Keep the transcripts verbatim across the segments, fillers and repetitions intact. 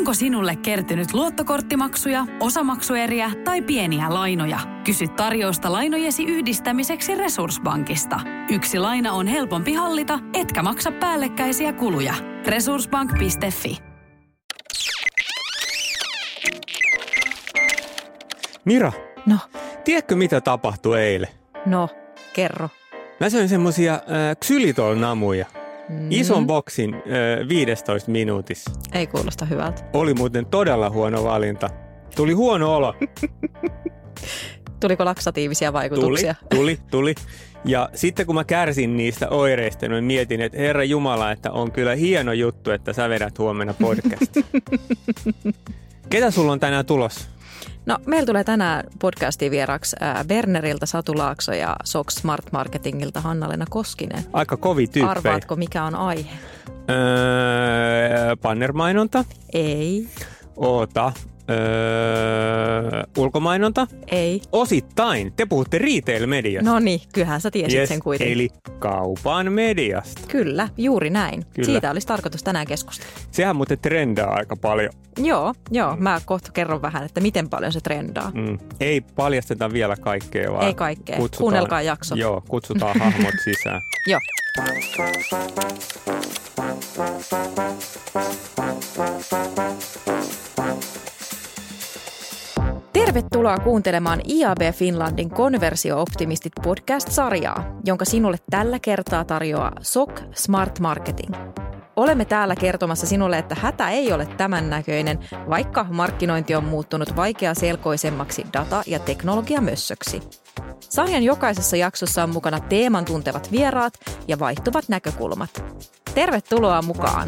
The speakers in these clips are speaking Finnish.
Onko sinulle kertynyt luottokorttimaksuja, osamaksueriä tai pieniä lainoja? Kysy tarjousta lainojesi yhdistämiseksi Resurssbankista. Yksi laina on helpompi hallita, etkä maksa päällekkäisiä kuluja. resurssbank piste fi. Mira, No, tiedätkö mitä tapahtui eilen? no, kerro. Mä söin semmosia äh, Xylitol-namuja. Mm. Ison boksin äh, viisitoista minuutissa. Ei kuulosta hyvältä. Oli muuten todella huono valinta. Tuli huono olo. Tuliko laksatiivisia vaikutuksia? Tuli, tuli, tuli. Ja sitten kun mä kärsin niistä oireista, niin mietin, että Herra Jumala, että on kyllä hieno juttu, että sä vedät huomenna podcastin. Ketä sulla on tänään tulossa? No, meillä tulee tänään podcastiin vieraksi äh, Berneriltä Satu Laakso ja Sox Smart Marketingilta Hanna-Leena Koskinen. Aika kovi tyyppejä. Arvaatko, mikä on aihe? Öö, bannermainonta? Ei. Oota. Öö, ulkomainonta? Ei. Osittain. Te puhutte retail-mediasta. No niin, kyllähän sä tiesit yes, sen kuitenkin. Eli kaupan mediasta. Kyllä, juuri näin. Kyllä. Siitä olisi tarkoitus tänään keskustella. Sehän muuten trendaa aika paljon. Joo, joo. Mä kohta kerron vähän, että miten paljon se trendaa. Mm. Ei paljasteta vielä kaikkea, vaan Ei kaikkea. kutsutaan, Kuunnelkaa jakso. Joo, kutsutaan hahmot sisään. Joo. Tervetuloa kuuntelemaan I A B Finlandin Konversio-optimistit podcast-sarjaa, jonka sinulle tällä kertaa tarjoaa S O K Smart Marketing. Olemme täällä kertomassa sinulle, että hätä ei ole tämän näköinen, vaikka markkinointi on muuttunut vaikeaselkoisemmaksi data- ja teknologiamössöksi. Sarjan jokaisessa jaksossa on mukana teeman tuntevat vieraat ja vaihtuvat näkökulmat. Tervetuloa mukaan!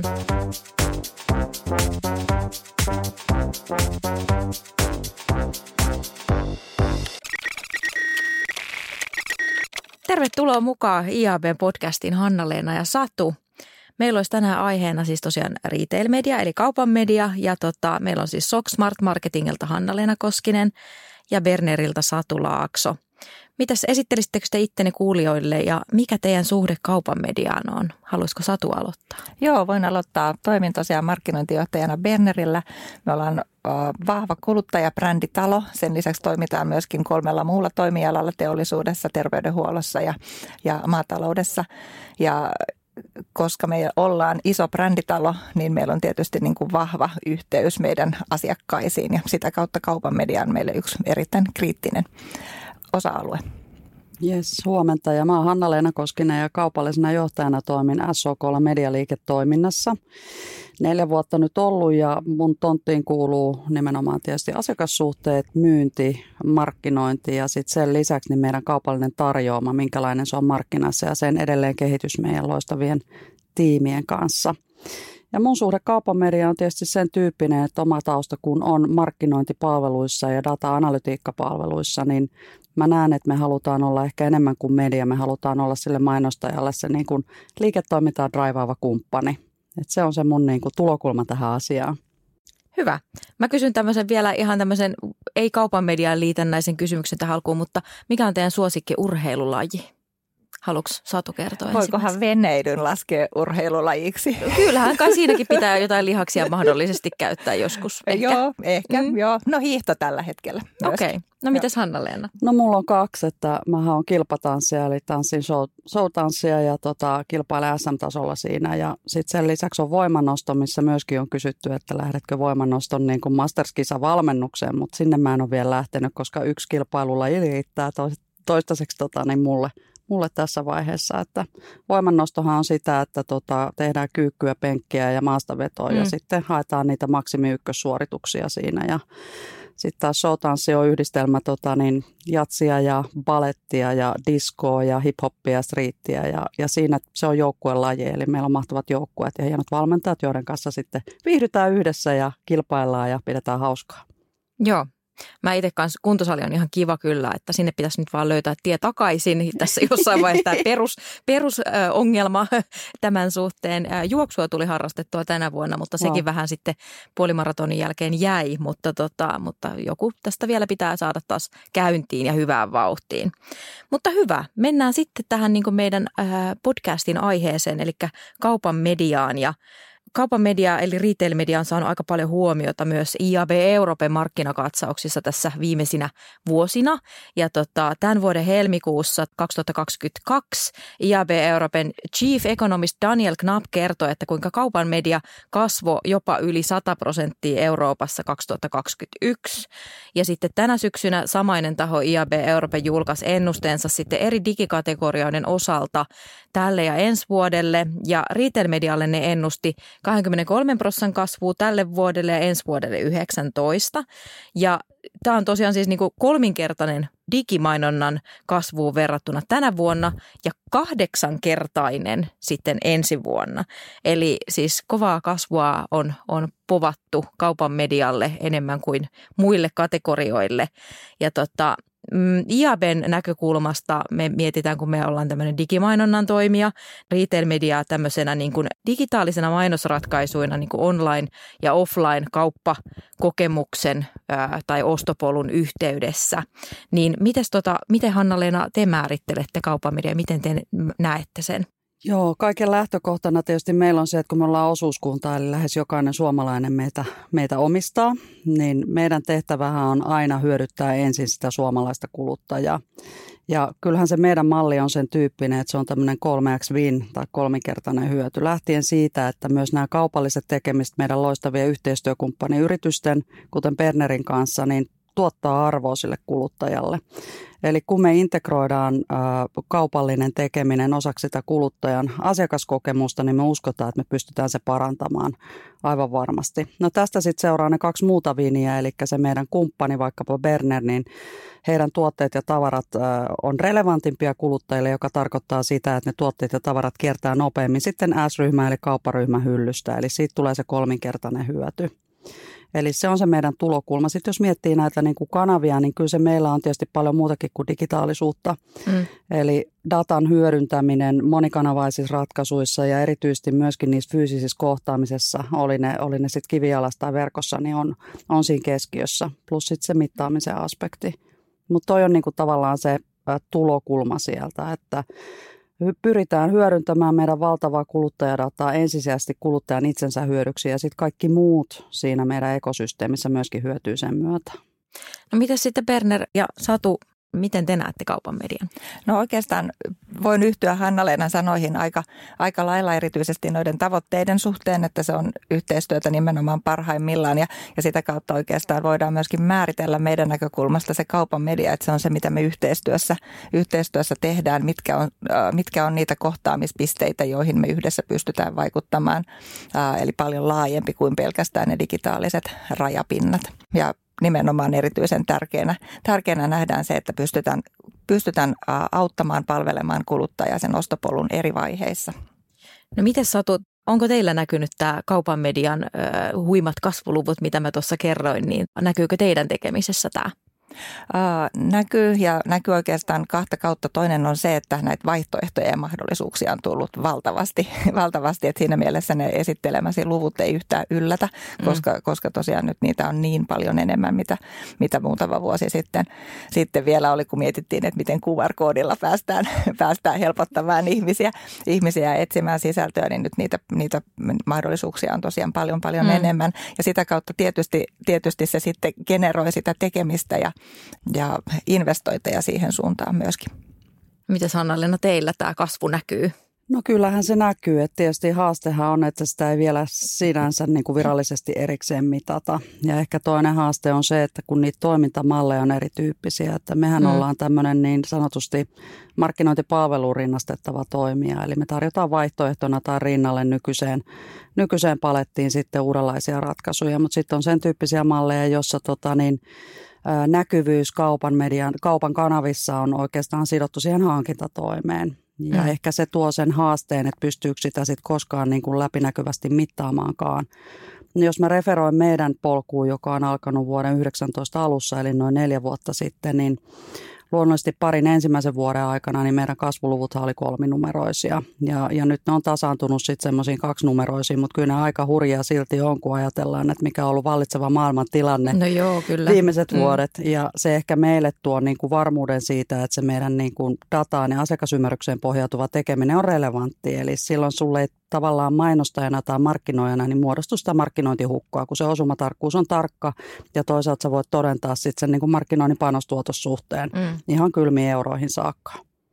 Tervetuloa mukaan I A B-podcastin Hanna-Leena ja Satu. Meillä olisi tänään aiheena siis tosiaan retail-media eli kaupan media ja tota, meillä on siis S O K Smart Marketingilta Hanna-Leena Koskinen ja Berneriltä Satu Laakso. Mitäs esittelisittekö te itteni kuulijoille ja mikä teidän suhde kaupan mediaan on? Haluaisiko Satu aloittaa? Joo, voin aloittaa. Toimin tosiaan markkinointijohtajana Bernerillä. Me ollaan äh, vahva kuluttajabränditalo. Sen lisäksi toimitaan myöskin kolmella muulla toimialalla teollisuudessa, terveydenhuollossa ja, ja maataloudessa. Ja koska me ollaan iso bränditalo, niin meillä on tietysti niin kuin vahva yhteys meidän asiakkaisiin ja sitä kautta kaupan media on meille yksi erittäin kriittinen osa-alue. Jes, huomenta. Ja mä oon Hanna-Leena Koskinen ja kaupallisena johtajana toimin S O K:lla medialiiketoiminnassa. Neljä vuotta nyt ollut ja mun tonttiin kuuluu nimenomaan tietysti asiakassuhteet, myynti, markkinointi ja sitten sen lisäksi niin meidän kaupallinen tarjoama, minkälainen se on markkinassa ja sen edelleen kehitys meidän loistavien tiimien kanssa. Ja mun suhde kaupan mediaan on tietysti sen tyyppinen, että oma tausta kun on markkinointipalveluissa ja data-analytiikkapalveluissa, niin mä näen, että me halutaan olla ehkä enemmän kuin media. Me halutaan olla sille mainostajalle se niin kuin liiketoimintaa draivaava kumppani. Et se on se mun niin kuin tulokulma tähän asiaan. Hyvä. Mä kysyn tämmöisen vielä ihan tämmöisen ei kaupan mediaan liitännäisen kysymyksen tähän alkuun, mutta mikä on teidän suosikki urheilulaji? Haluatko Satu kertoa Voikohan veneilyn laskea urheilulajiksi? Kyllähän kai siinäkin pitää jotain lihaksia mahdollisesti käyttää joskus. Ehkä. Joo, ehkä. Mm. Joo. No hiihto tällä hetkellä. Okei. Okay. No mitäs Hanna-Leena? No mulla on kaksi, että mä oon kilpatanssia eli tanssin show, showtanssia ja tota, kilpailen S M-tasolla siinä. Ja sitten sen lisäksi on voimannosto, missä myöskin on kysytty, että lähdetkö voimannoston niin kuin Masters-kisa-valmennukseen, mutta sinne mä en ole vielä lähtenyt, koska yksi kilpailulaji riittää toistaiseksi tota, niin mulle. Mulle tässä vaiheessa, että voimannostohan on sitä, että tota, tehdään kyykkyä, penkkiä ja maastavetoa mm. ja sitten haetaan niitä maksimi ykkössuorituksia siinä. Ja sitten taas showtanssi on yhdistelmä tota, niin jatsia ja balettia ja diskoa ja hiphoppia ja streettiä ja, ja siinä se on joukkuelaji, eli meillä on mahtavat joukkueet ja hienot valmentajat, joiden kanssa sitten viihdytään yhdessä ja kilpaillaan ja pidetään hauskaa. Joo. Mä itse kanssa, kuntosali on ihan kiva kyllä, että sinne pitäisi nyt vaan löytää tie takaisin. Tässä jossain vaiheessa tämä perus, perusongelma tämän suhteen. Juoksua tuli harrastettua tänä vuonna, mutta sekin wow. vähän sitten puolimaratonin jälkeen jäi. Mutta, tota, mutta joku tästä vielä pitää saada taas käyntiin ja hyvään vauhtiin. Mutta hyvä, mennään sitten tähän niin kuin meidän podcastin aiheeseen, eli kaupan mediaan ja kaupan media eli retail media on saanut aika paljon huomiota myös I A B Euroopan markkinakatsauksissa tässä viimeisinä vuosina. Ja tota, tämän vuoden helmikuussa kaksituhattakaksikymmentäkaksi I A B Euroopan Chief Economist Daniel Knapp kertoi, että kuinka kaupan media kasvoi jopa yli sata prosenttia Euroopassa kaksituhattakaksikymmentäyksi. Ja sitten tänä syksynä samainen taho I A B Euroopan julkaisi ennusteensa sitten eri digikategorioiden osalta tälle ja ensi vuodelle. Ja retail-medialle ne ennusti kaksikymmentäkolme prosenttia kasvua tälle vuodelle ja ensi vuodelle yhdeksäntoista. Ja tämä on tosiaan siis niin kuin kolminkertainen digimainonnan kasvuun verrattuna tänä vuonna ja kahdeksankertainen sitten ensi vuonna. Eli siis kovaa kasvua on, on povattu kaupan medialle enemmän kuin muille kategorioille. Ja tota, I A B:n näkökulmasta me mietitään, kun me ollaan tämmöinen digimainonnan toimija, retail-mediaa tämmöisenä niin kuin digitaalisena mainosratkaisuina niin kuin online- ja offline-kauppakokemuksen ää, tai ostopolun yhteydessä. Niin mites tota, miten Hanna-Leena te määrittelette kaupan mediaa, miten te näette sen? Joo, kaiken lähtökohtana tietysti meillä on se, että kun me ollaan osuuskunta, eli lähes jokainen suomalainen meitä, meitä omistaa, niin meidän tehtävähän on aina hyödyttää ensin sitä suomalaista kuluttajaa. Ja kyllähän se meidän malli on sen tyyppinen, että se on tämmöinen kolme X win tai kolminkertainen hyöty. Lähtien siitä, että myös nämä kaupalliset tekemistä meidän loistavien yhteistyökumppaniyritysten, kuten Bernerin kanssa, niin tuottaa arvoa sille kuluttajalle. Eli kun me integroidaan ä, kaupallinen tekeminen osaksi sitä kuluttajan asiakaskokemusta, niin me uskotaan, että me pystytään se parantamaan aivan varmasti. No tästä sitten seuraa ne kaksi muuta viniä, eli se meidän kumppani, vaikkapa Berner, niin heidän tuotteet ja tavarat ä, on relevantimpia kuluttajille, joka tarkoittaa sitä, että ne tuotteet ja tavarat kiertää nopeammin sitten S-ryhmä eli kaupparyhmän hyllystä, eli siitä tulee se kolminkertainen hyöty. Eli se on se meidän tulokulma. Sitten jos miettii näitä niin kuin kanavia, niin kyllä se meillä on tietysti paljon muutakin kuin digitaalisuutta. Mm. Eli datan hyödyntäminen monikanavaisissa ratkaisuissa ja erityisesti myöskin niissä fyysisissä kohtaamisessa, oli ne, oli ne sitten kivijalassa tai verkossa, niin on, on siinä keskiössä. Plus sitten se mittaamisen aspekti. Mutta toi on niin kuin tavallaan se tulokulma sieltä, että pyritään hyödyntämään meidän valtavaa kuluttajadataa ensisijaisesti kuluttajan itsensä hyödyksi ja sitten kaikki muut siinä meidän ekosysteemissä myöskin hyötyy sen myötä. No mitäs sitten Berner ja Satu, miten te näette kaupan median? No oikeastaan voin yhtyä Hanna-Leenan sanoihin aika, aika lailla erityisesti noiden tavoitteiden suhteen, että se on yhteistyötä nimenomaan parhaimmillaan ja, ja sitä kautta oikeastaan voidaan myöskin määritellä meidän näkökulmasta se kaupan media, että se on se, mitä me yhteistyössä, yhteistyössä tehdään, mitkä on, äh, mitkä on niitä kohtaamispisteitä, joihin me yhdessä pystytään vaikuttamaan, äh, eli paljon laajempi kuin pelkästään ne digitaaliset rajapinnat ja nimenomaan erityisen tärkeänä, tärkeänä nähdään se, että pystytään, pystytään auttamaan, palvelemaan kuluttajaa sen ostopolun eri vaiheissa. No miten Satu, onko teillä näkynyt tämä kaupan median äh, huimat kasvuluvut, mitä mä tuossa kerroin, niin näkyykö teidän tekemisessä tämä? Uh, näkyy ja näkyy oikeastaan kahta kautta. Toinen on se, että näitä vaihtoehtoja ja mahdollisuuksia on tullut valtavasti, valtavasti että siinä mielessä ne esittelemäsi luvut ei yhtään yllätä, koska, mm. koska tosiaan nyt niitä on niin paljon enemmän, mitä, mitä muutama vuosi sitten, sitten vielä oli, kun mietittiin, että miten Q R-koodilla päästään, päästään helpottamaan ihmisiä, ihmisiä etsimään sisältöä, niin nyt niitä, niitä mahdollisuuksia on tosiaan paljon, paljon mm. enemmän. Ja sitä kautta tietysti, tietysti se sitten generoi sitä tekemistä ja ja investointeja siihen suuntaan myöskin. Miten Hanna-Leena teillä tämä kasvu näkyy? No kyllähän se näkyy, että tietysti haastehan on, että sitä ei vielä sinänsä niin kuin virallisesti erikseen mitata. Ja ehkä toinen haaste on se, että kun niitä toimintamalleja on erityyppisiä, että mehän mm. ollaan tämmöinen niin sanotusti markkinointipalveluun rinnastettava toimija. Eli me tarjotaan vaihtoehtona tai rinnalle nykyiseen, nykyiseen palettiin sitten uudenlaisia ratkaisuja, mutta sitten on sen tyyppisiä malleja, jossa tota niin, näkyvyys kaupan median, kaupan kanavissa on oikeastaan sidottu siihen hankintatoimeen. Ja mm. ehkä se tuo sen haasteen, että pystyykö sitä sitten koskaan niin kuin läpinäkyvästi mittaamaankaan. Jos mä referoin meidän polkuun, joka on alkanut vuoden yhdeksäntoista alussa, eli noin neljä vuotta sitten, niin luonnollisesti parin ensimmäisen vuoden aikana niin meidän kasvuluvuthan oli kolminumeroisia. Ja, ja nyt ne on tasaantunut sitten semmoisiin kaksinumeroisiin, mutta kyllä ne aika hurjaa silti on, kun ajatellaan, että mikä on ollut vallitseva maailman tilanne no joo, kyllä. viimeiset mm. vuodet. Ja se ehkä meille tuo niin kuin varmuuden siitä, että se meidän niin kuin dataan ja asiakasymmärrykseen pohjautuva tekeminen on relevantti. Eli silloin sulle ei tavallaan mainostajana tai markkinoijana, niin muodostuu sitä markkinointihukkaa, kun se osumatarkkuus on tarkka ja toisaalta sä voit todentaa sitten sen niin kuin markkinoinnin panostuotossuhteen mm. ihan kylmiin euroihin saakka.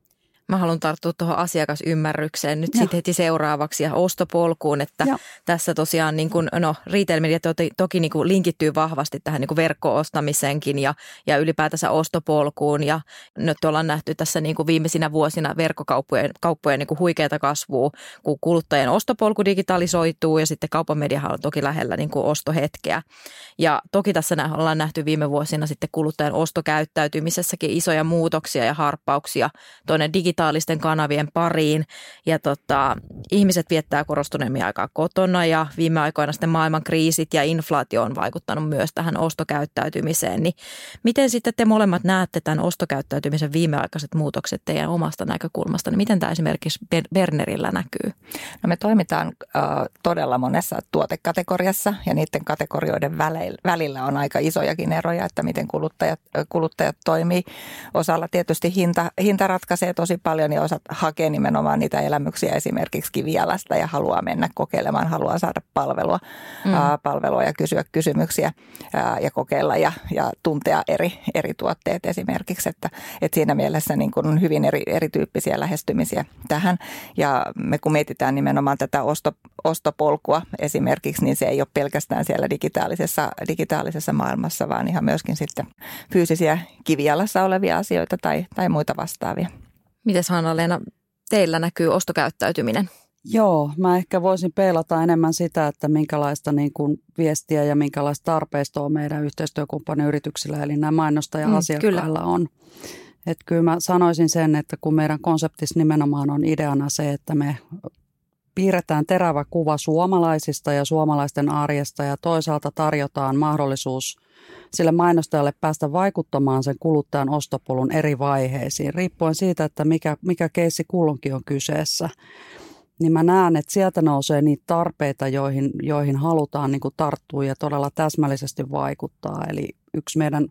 Mä haluan tarttua tuohon asiakasymmärrykseen nyt sitten heti seuraavaksi ja ostopolkuun, että ja. tässä tosiaan niin kuin, no retail media toki, toki niin kuin linkittyy vahvasti tähän niin kuin verkko-ostamiseenkin ja, ja ylipäätänsä ostopolkuun ja nyt ollaan nähty tässä niin kuin viimeisinä vuosina verkkokauppojen kauppojen niin kuin huikeata kasvua, kun kuluttajien ostopolku digitalisoituu ja sitten kaupan mediahan on toki lähellä niin kuin ostohetkeä ja toki tässä ollaan nähty viime vuosina sitten kuluttajan ostokäyttäytymisessäkin isoja muutoksia ja harppauksia tuonne digitaalisesti digitaalisten kanavien pariin ja tota, ihmiset viettää korostuneemmin aikaa kotona ja viime aikoina sitten maailman kriisit ja inflaatio on vaikuttanut myös tähän ostokäyttäytymiseen. Niin miten sitten te molemmat näette tämän ostokäyttäytymisen viimeaikaiset muutokset teidän omasta näkökulmasta? Niin miten tämä esimerkiksi Bernerillä näkyy? No me toimitaan äh, todella monessa tuotekategoriassa ja niiden kategorioiden välillä on aika isojakin eroja, että miten kuluttajat, kuluttajat toimii. Osalla tietysti hinta, hinta ratkaisee tosi paljon ja osat hakee nimenomaan niitä elämyksiä esimerkiksi kivijalasta ja haluaa mennä kokeilemaan, haluaa saada palvelua, mm. ää, palvelua ja kysyä kysymyksiä ää, ja kokeilla ja, ja tuntea eri, eri tuotteet esimerkiksi. Että, että siinä mielessä niin kuin on hyvin eri, erityyppisiä lähestymisiä tähän ja me kun mietitään nimenomaan tätä osto, ostopolkua esimerkiksi, niin se ei ole pelkästään siellä digitaalisessa, digitaalisessa maailmassa, vaan ihan myöskin sitten fyysisiä kivijalassa olevia asioita tai, tai muita vastaavia. Mites Hanna-Leena, teillä näkyy ostokäyttäytyminen? Joo, mä ehkä voisin peilata enemmän sitä, että minkälaista niin kuin viestiä ja minkälaista tarpeistoa meidän yhteistyökumppaniyrityksillä, eli nämä mainostaja-asiakkailla mm, on. Että kyllä mä sanoisin sen, että kun meidän konseptissa nimenomaan on ideana se, että me piirretään terävä kuva suomalaisista ja suomalaisten arjesta ja toisaalta tarjotaan mahdollisuus sille mainostajalle päästä vaikuttamaan sen kuluttajan ostopolun eri vaiheisiin, riippuen siitä, että mikä, mikä keissi kulloinkin on kyseessä. Niin mä näen, että sieltä nousee niitä tarpeita, joihin, joihin halutaan niin kuin tarttua ja todella täsmällisesti vaikuttaa. Eli yksi meidän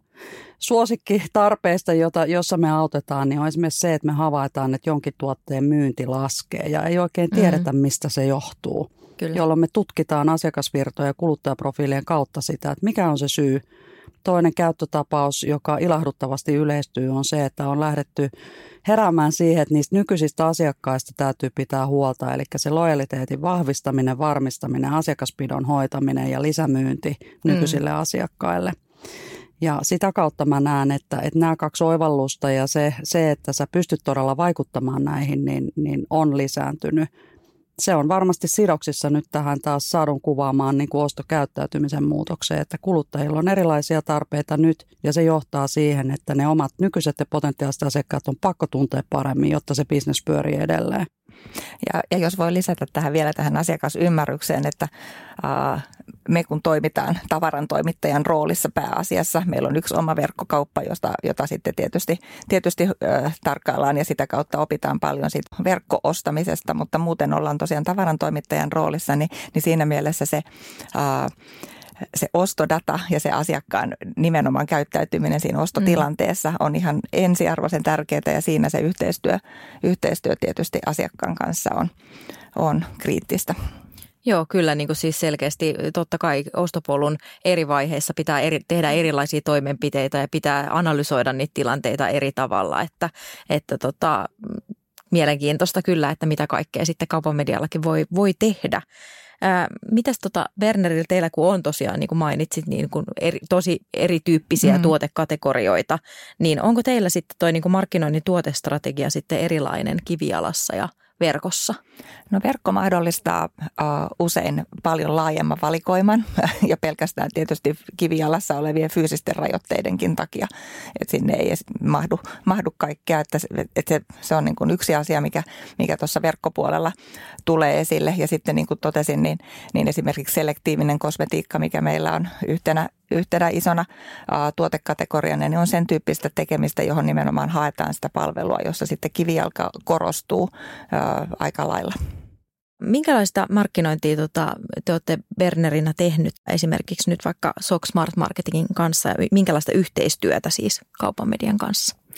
suosikkitarpeista, jota, jossa me autetaan, niin on esimerkiksi se, että me havaitaan, että jonkin tuotteen myynti laskee ja ei oikein tiedetä, mistä se johtuu. Kyllä. Jolloin me tutkitaan asiakasvirtoja ja kuluttajaprofiilien kautta sitä, että mikä on se syy. Toinen käyttötapaus, joka ilahduttavasti yleistyy, on se, että on lähdetty heräämään siihen, että niistä nykyisistä asiakkaista täytyy pitää huolta. Eli se lojaliteetin vahvistaminen, varmistaminen, asiakaspidon hoitaminen ja lisämyynti nykyisille mm. asiakkaille. Ja sitä kautta mä näen, että, että nämä kaksi oivallusta ja se, se, että sä pystyt todella vaikuttamaan näihin, niin, niin on lisääntynyt. Se on varmasti sidoksissa nyt tähän taas saadun kuvaamaan niin kuin ostokäyttäytymisen muutokseen, että kuluttajilla on erilaisia tarpeita nyt ja se johtaa siihen, että ne omat nykyiset ja potentiaaliset asiakkaat on pakko tuntea paremmin, jotta se bisnes pyörii edelleen. Ja, ja jos voi lisätä tähän vielä tähän asiakasymmärrykseen, että äh, me kun toimitaan tavaran toimittajan roolissa pääasiassa, meillä on yksi oma verkkokauppa, josta, jota sitten tietysti, tietysti äh, tarkkaillaan ja sitä kautta opitaan paljon siitä verkko-ostamisesta, mutta muuten ollaan tosiaan tavaran toimittajan roolissa, niin, niin siinä mielessä se äh, se ostodata ja se asiakkaan nimenomaan käyttäytyminen siinä ostotilanteessa on ihan ensiarvoisen tärkeää ja siinä se yhteistyö, yhteistyö tietysti asiakkaan kanssa on, on kriittistä. Joo, kyllä niin kuin siis selkeästi totta kai ostopolun eri vaiheissa pitää eri, tehdä erilaisia toimenpiteitä ja pitää analysoida niitä tilanteita eri tavalla, että, että tota, mielenkiintoista kyllä, että mitä kaikkea sitten kaupan mediallakin voi, voi tehdä. Ää, mitäs tota Bernerillä teillä, kun on tosiaan, niin kuin mainitsit, niin kuin eri, tosi erityyppisiä mm. tuotekategorioita, niin onko teillä sitten toi niin kuin markkinoinnin tuotestrategia sitten erilainen kivijalassa ja verkossa? No verkko mahdollistaa uh, usein paljon laajemman valikoiman ja pelkästään tietysti kivijalassa olevien fyysisten rajoitteidenkin takia, että sinne ei mahdu, mahdu kaikkea, että, että se, se on niin kuin yksi asia, mikä, mikä tuossa verkkopuolella tulee esille ja sitten niin kuin totesin, niin, niin esimerkiksi selektiivinen kosmetiikka, mikä meillä on yhtenä yhtenä isona ä, tuotekategoriana, niin on sen tyyppistä tekemistä, johon nimenomaan haetaan sitä palvelua, jossa sitten kivijalka korostuu ä, aika lailla. Minkälaista markkinointia tota, te olette Bernerinä tehnyt esimerkiksi nyt vaikka S O K Smart Marketingin kanssa ja minkälaista yhteistyötä siis kaupan median kanssa?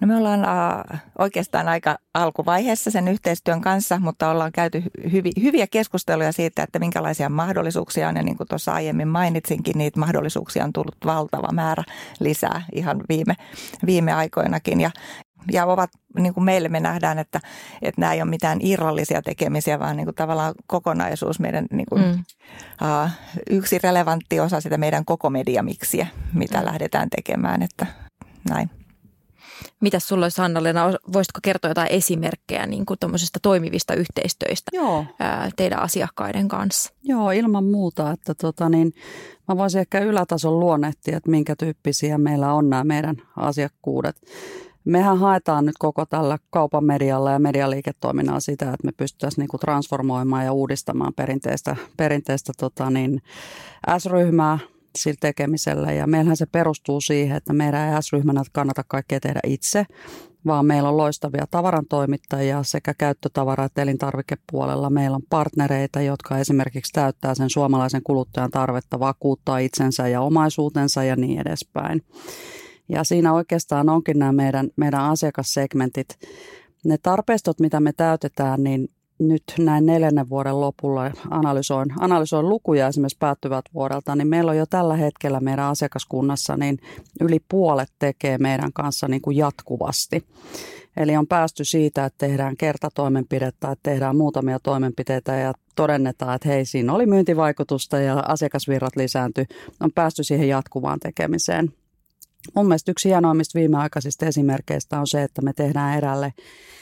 No me ollaan äh, oikeastaan aika alkuvaiheessa sen yhteistyön kanssa, mutta ollaan käyty hyvi, hyviä keskusteluja siitä, että minkälaisia mahdollisuuksia on. Ja niin kuin tuossa aiemmin mainitsinkin, niitä mahdollisuuksia on tullut valtava määrä lisää ihan viime, viime aikoinakin. Ja Ja ovat, niin kuin meille me nähdään, että, että nämä ei ole mitään irrallisia tekemisiä, vaan niin kuin tavallaan kokonaisuus, meidän niin kuin, mm. uh, yksi relevantti osa sitä meidän koko mediamiksiä, mitä mm. lähdetään tekemään, että näin. Mitäs sulla olisi, Hanna-Leena, voisitko kertoa jotain esimerkkejä niin kuin tuommoisista toimivista yhteistyöistä Joo. ää, teidän asiakkaiden kanssa? Joo, ilman muuta, että tota niin, mä voisin ehkä ylätason luonnehtia, että minkä tyyppisiä meillä on nämä meidän asiakkuudet. Mehän haetaan nyt koko tällä kaupan medialla ja medialiiketoiminnalla sitä, että me pystyttäisiin niinku transformoimaan ja uudistamaan perinteistä, perinteistä tota niin, S-ryhmää sillä tekemisellä. Ja meillähän se perustuu siihen, että meidän ei S-ryhmänä kannata kaikkea tehdä itse, vaan meillä on loistavia tavarantoimittajia sekä käyttötavara- että elintarvikepuolella. Meillä on partnereita, jotka esimerkiksi täyttää sen suomalaisen kuluttajan tarvetta vakuuttaa itsensä ja omaisuutensa ja niin edespäin. Ja siinä oikeastaan onkin nämä meidän, meidän asiakassegmentit. Ne tarpeistot, mitä me täytetään, niin nyt näin neljännen vuoden lopulla analysoin, analysoin lukuja esimerkiksi päättyvät vuodelta, niin meillä on jo tällä hetkellä meidän asiakaskunnassa niin yli puolet tekee meidän kanssa niin kuin jatkuvasti. Eli on päästy siitä, että tehdään kertatoimenpidettä, että tehdään muutamia toimenpiteitä ja todennetaan, että hei, siinä oli myyntivaikutusta ja asiakasvirrat lisääntyi. On päästy siihen jatkuvaan tekemiseen. Mun mielestä yksi hienoimmista viimeaikaisista esimerkkeistä on se, että me tehdään eräälle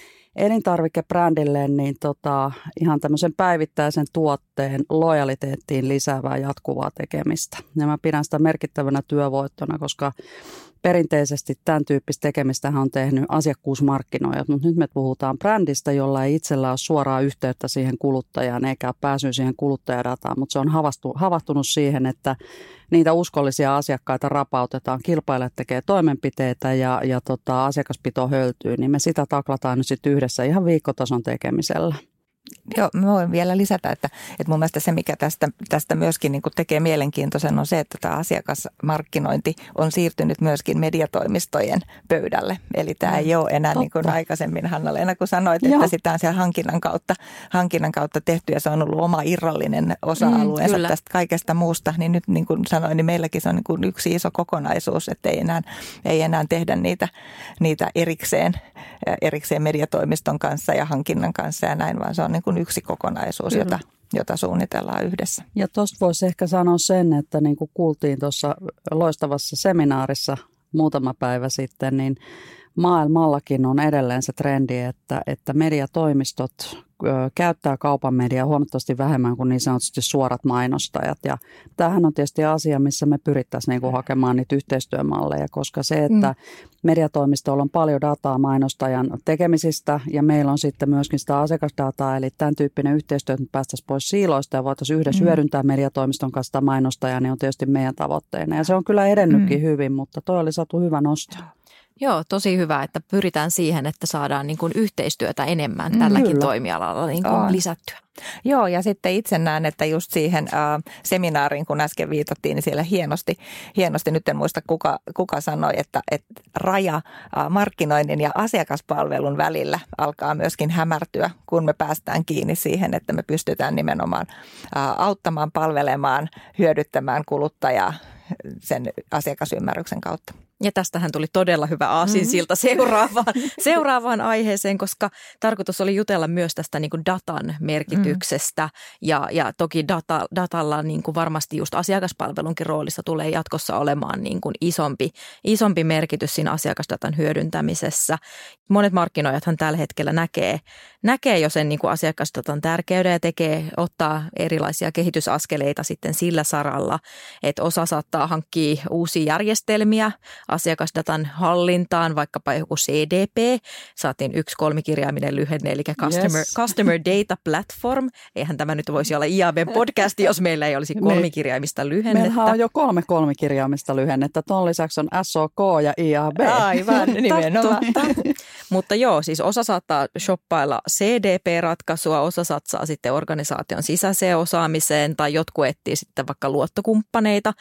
elintarvikebrändille niin tota, ihan tämmöisen päivittäisen tuotteen lojaliteettiin lisäävää jatkuvaa tekemistä. Ja mä pidän sitä merkittävänä työvoittona, koska perinteisesti tämän tyyppistä tekemistähän on tehnyt asiakkuusmarkkinoijat, mutta nyt me puhutaan brändistä, jolla ei itsellä ole suoraa yhteyttä siihen kuluttajaan eikä pääsy siihen kuluttajadataan, mutta se on havastu, havahtunut siihen, että niitä uskollisia asiakkaita rapautetaan, kilpailijat tekee toimenpiteitä ja, ja tota, asiakaspito höltyy, niin me sitä taklataan nyt sitten yhdessä ihan viikkotason tekemisellä. Joo, mä voin vielä lisätä, että, että mun mielestä se, mikä tästä, tästä myöskin niin kuin tekee mielenkiintoisen, on se, että tämä asiakasmarkkinointi on siirtynyt myöskin mediatoimistojen pöydälle. Eli tämä ei ole enää Totta. Niin kuin aikaisemmin, Hanna-Leena, kun sanoit, että Joo. sitä on siellä hankinnan kautta, hankinnan kautta tehty ja se on ollut oma irrallinen osa-alueensa mm, tästä kaikesta muusta. Niin nyt niin kuin sanoin, niin meilläkin se on niin kuin yksi iso kokonaisuus, että ei enää, ei enää tehdä niitä, niitä erikseen, erikseen mediatoimiston kanssa ja hankinnan kanssa ja näin, vaan se on niin kuin yksi kokonaisuus, jota, jota suunnitellaan yhdessä. Ja tuosta voisi ehkä sanoa sen, että niin kuin kuultiin tuossa loistavassa seminaarissa muutama päivä sitten, niin maailmallakin on edelleen se trendi, että, että mediatoimistot ö, käyttää kaupan mediaa huomattavasti vähemmän kuin niin sanotusti suorat mainostajat. Ja tämähän on tietysti asia, missä me pyrittäisiin niin kuin hakemaan niitä yhteistyömalleja, koska se, että mm. mediatoimistolla on paljon dataa mainostajan tekemisistä ja meillä on sitten myöskin sitä asiakasdataa, eli tämän tyyppinen yhteistyö, että me päästäisiin pois siiloista ja voitaisiin yhdessä mm. hyödyntää mediatoimiston kanssa sitä mainostajaa, niin on tietysti meidän tavoitteena. Ja se on kyllä edennytkin mm. hyvin, mutta toi oli saatu hyvä nosto. Joo, tosi hyvä, että pyritään siihen, että saadaan niin kuin yhteistyötä enemmän tälläkin Kyllä. toimialalla niin kuin lisättyä. Joo, ja sitten itse näen, että just siihen äh, seminaariin, kun äsken viitattiin, niin siellä hienosti, hienosti nyt en muista kuka, kuka sanoi, että, että raja äh, markkinoinnin ja asiakaspalvelun välillä alkaa myöskin hämärtyä, kun me päästään kiinni siihen, että me pystytään nimenomaan äh, auttamaan, palvelemaan, hyödyttämään kuluttajaa sen asiakasymmärryksen kautta. Ja tästähän tuli todella hyvä aasinsilta mm-hmm. seuraavaan, seuraavaan aiheeseen, koska tarkoitus oli jutella myös tästä niin kuin datan merkityksestä. Mm. Ja, ja toki data, datalla niin kuin varmasti just asiakaspalvelunkin roolissa tulee jatkossa olemaan niin kuin isompi, isompi merkitys siinä asiakasdatan hyödyntämisessä. Monet markkinoijathan tällä hetkellä näkee, näkee jo sen niin kuin asiakasdatan tärkeyden ja tekee, ottaa erilaisia kehitysaskeleita sitten sillä saralla, että osa saattaa hankkia uusia järjestelmiä asiakasdatan hallintaan, vaikkapa joku C D P, saatiin yksi kolmikirjaiminen lyhenne, eli Customer, yes. Customer Data Platform. Eihän tämä nyt voisi olla I A B:n podcasti, jos meillä ei olisi kolmikirjaimista lyhennettä. Meillähän on jo kolme kolmikirjaimista lyhennettä. Tuon lisäksi on S O K ja I A B. Aivan, nimenomaan. Mutta joo, siis osa saattaa shoppailla C D P-ratkaisua, osa satsaa sitten organisaation sisäiseen osaamiseen tai jotkut etsii sitten vaikka luottokumppaneita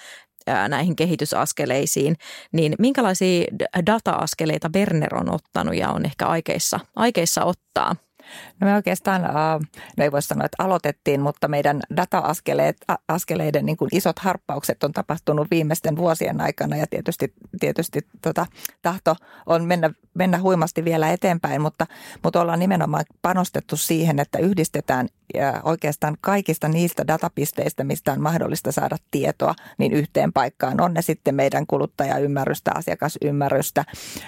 näihin kehitysaskeleisiin, niin minkälaisia data-askeleita Berner on ottanut ja on ehkä aikeissa, aikeissa ottaa? No me oikeastaan, no ei voi sanoa, että aloitettiin, mutta meidän data-askeleiden niin kuin isot harppaukset on tapahtunut viimeisten vuosien aikana ja tietysti, tietysti tota, tahto on mennä, mennä huimasti vielä eteenpäin, mutta, mutta ollaan nimenomaan panostettu siihen, että yhdistetään oikeastaan kaikista niistä datapisteistä, mistä on mahdollista saada tietoa, niin yhteen paikkaan. On ne sitten meidän kuluttajaymmärrystä, asiakasymmärrystä,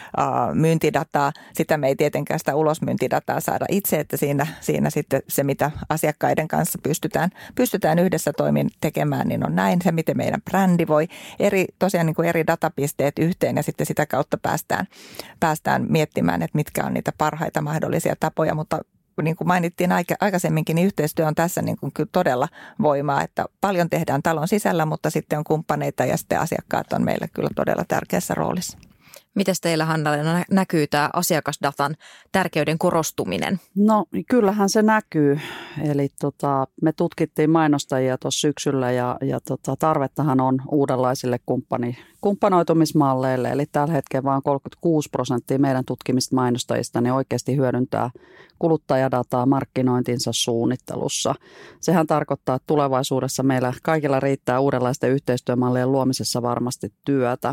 myyntidataa. Sitä me ei tietenkään sitä ulosmyyntidataa saada itse, että siinä, siinä sitten se, mitä asiakkaiden kanssa pystytään, pystytään yhdessä toimin tekemään, niin on näin. Se, miten meidän brändi voi eri, tosiaan niin kuin eri datapisteet yhteen ja sitten sitä kautta päästään, päästään miettimään, että mitkä on niitä parhaita mahdollisia tapoja, mutta niin kuin mainittiin aikaisemminkin, niin yhteistyö on tässä niin kuin kyllä todella voimaa, että paljon tehdään talon sisällä, mutta sitten on kumppaneita ja sitten asiakkaat on meille kyllä todella tärkeässä roolissa. Mites teillä, Hanna-Leena, näkyy tämä asiakasdatan tärkeyden korostuminen? No kyllähän se näkyy. Eli tota, me tutkittiin mainostajia tuossa syksyllä ja, ja tota, tarvettahan on uudenlaisille kumppani, kumppanoitumismalleille. Eli tällä hetkellä vain kolmekymmentäkuusi prosenttia meidän tutkimista mainostajista niin oikeasti hyödyntää kuluttajadataa markkinointinsa suunnittelussa. Sehän tarkoittaa, että tulevaisuudessa meillä kaikilla riittää uudenlaisten yhteistyömallien luomisessa varmasti työtä.